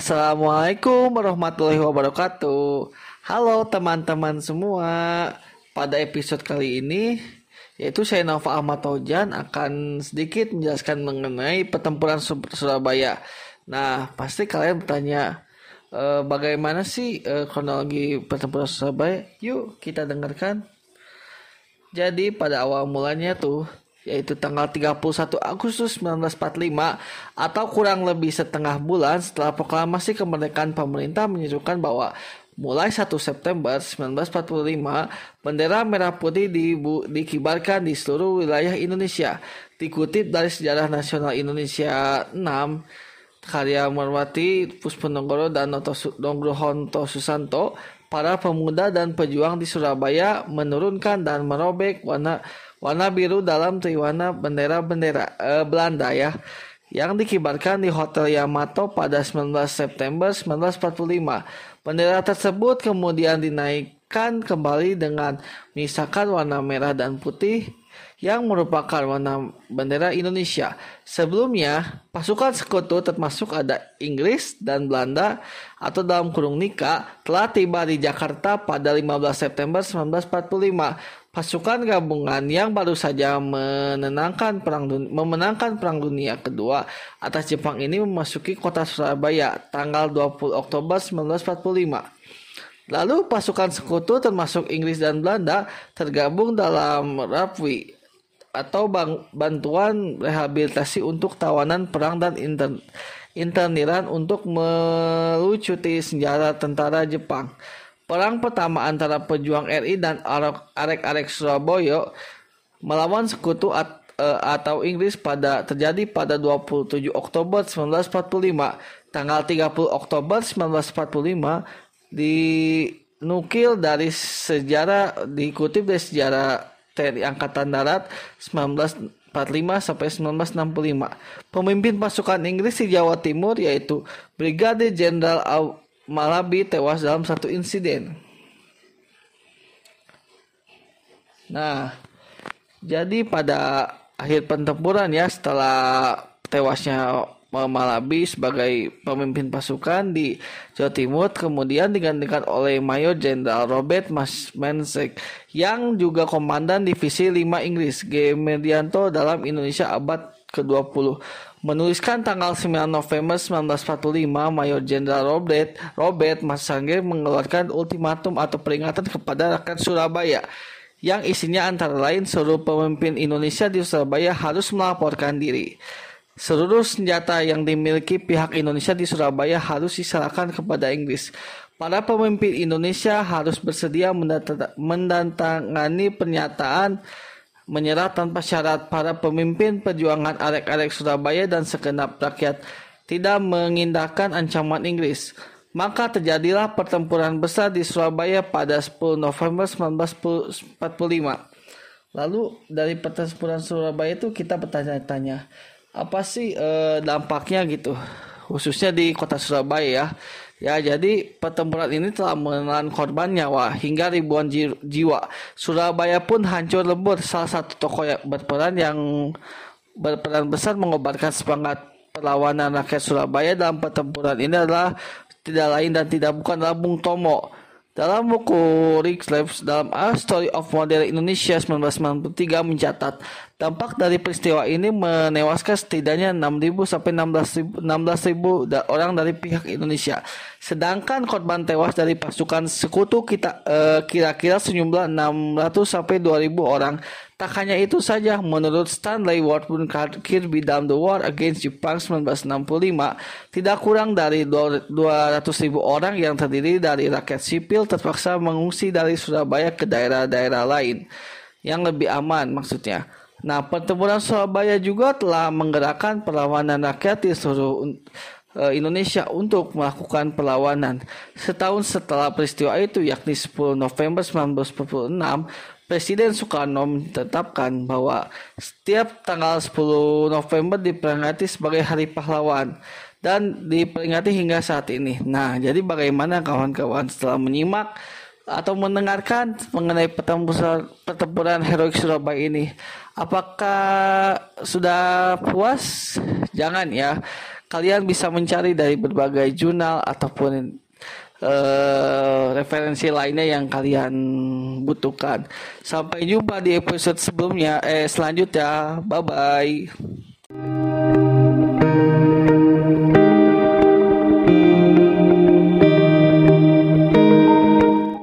Assalamualaikum warahmatullahi wabarakatuh. Halo teman-teman semua. Pada episode kali ini, yaitu saya Nova Ahmad Taujan akan sedikit menjelaskan mengenai pertempuran Surabaya. Nah, pasti kalian bertanya, bagaimana sih kronologi pertempuran Surabaya? Yuk kita dengarkan. Jadi pada awal mulanya tuh, yaitu tanggal 31 Agustus 1945 atau kurang lebih setengah bulan setelah proklamasi kemerdekaan, pemerintah menyerukan bahwa mulai 1 September 1945 bendera merah putih dikibarkan di seluruh wilayah Indonesia. Dikutip dari Sejarah Nasional Indonesia 6 karya Marwati Pusponegoro dan Nugroho Susanto, para pemuda dan pejuang di Surabaya menurunkan dan merobek warna biru dalam triwarna bendera Belanda yang dikibarkan di Hotel Yamato pada 19 September 1945. Bendera tersebut kemudian dinaikkan kembali dengan menyisakan warna merah dan putih yang merupakan warna bendera Indonesia. Sebelumnya, pasukan sekutu termasuk ada Inggris dan Belanda atau dalam kurung NIKA telah tiba di Jakarta pada 15 September 1945. Pasukan gabungan yang baru saja memenangkan Perang Dunia Kedua atas Jepang ini memasuki kota Surabaya tanggal 20 Oktober 1945. Lalu pasukan sekutu termasuk Inggris dan Belanda tergabung dalam RAPWI atau bantuan rehabilitasi untuk tawanan perang dan interniran untuk melucuti senjata tentara Jepang. Perang pertama antara pejuang RI dan arek-arek Surabaya melawan sekutu atau Inggris terjadi pada 27 Oktober 1945. Tanggal 30 Oktober 1945 dikutip dari sejarah TNI Angkatan Darat 1945 sampai 1965. Pemimpin pasukan Inggris di Jawa Timur yaitu Brigadir Jenderal Malabi tewas dalam satu insiden. Nah, jadi pada akhir pertempuran setelah tewasnya Malabi sebagai pemimpin pasukan di Jawa Timur kemudian digantikan oleh Mayor Jenderal Robert Mansek yang juga komandan divisi 5 Inggris. G. Medianto dalam Indonesia abad ke-20 menuliskan tanggal 9 November 1945 Mayor Jenderal Robert Mansek mengeluarkan ultimatum atau peringatan kepada rakyat Surabaya yang isinya antara lain seluruh pemimpin Indonesia di Surabaya harus melaporkan diri. Seluruh senjata yang dimiliki pihak Indonesia di Surabaya harus diserahkan kepada Inggris. Para pemimpin Indonesia harus bersedia mendatangani pernyataan menyerah tanpa syarat. Para pemimpin perjuangan arek-arek Surabaya dan segenap rakyat tidak mengindahkan ancaman Inggris. Maka terjadilah pertempuran besar di Surabaya pada 10 November 1945. Lalu dari pertempuran Surabaya itu kita bertanya-tanya, apa sih dampaknya gitu, khususnya di kota Surabaya ya. Jadi pertempuran ini telah menelan korban nyawa hingga ribuan jiwa. Surabaya pun hancur lebur. Salah satu tokoh yang berperan besar mengobarkan semangat perlawanan rakyat Surabaya dalam pertempuran ini adalah tidak lain dan tidak bukan Bung Tomo. Dalam buku Rick Slaves dalam A Story of Modern Indonesia 1993 mencatat dampak dari peristiwa ini menewaskan setidaknya 6.000 sampai 16.000 orang dari pihak Indonesia. Sedangkan korban tewas dari pasukan sekutu kira-kira sejumlah 600 sampai 2.000 orang. Tak hanya itu saja, menurut Stanley Wharton Kirby dalam The War Against Japan 1965, tidak kurang dari 200.000 orang yang terdiri dari rakyat sipil terpaksa mengungsi dari Surabaya ke daerah-daerah lain yang lebih aman maksudnya. Nah, pertempuran Surabaya juga telah menggerakkan perlawanan rakyat di seluruh Indonesia untuk melakukan perlawanan. Setahun setelah peristiwa itu, yakni 10 November 1946, Presiden Soekarno menetapkan bahwa setiap tanggal 10 November diperingati sebagai Hari Pahlawan dan diperingati hingga saat ini. Nah, jadi bagaimana kawan-kawan setelah menyimak atau mendengarkan mengenai pertempuran heroik Surabaya ini? Apakah sudah puas? Jangan ya. kalian bisa mencari dari berbagai jurnal ataupun referensi lainnya yang kalian butuhkan. Sampai jumpa di episode selanjutnya. Bye bye.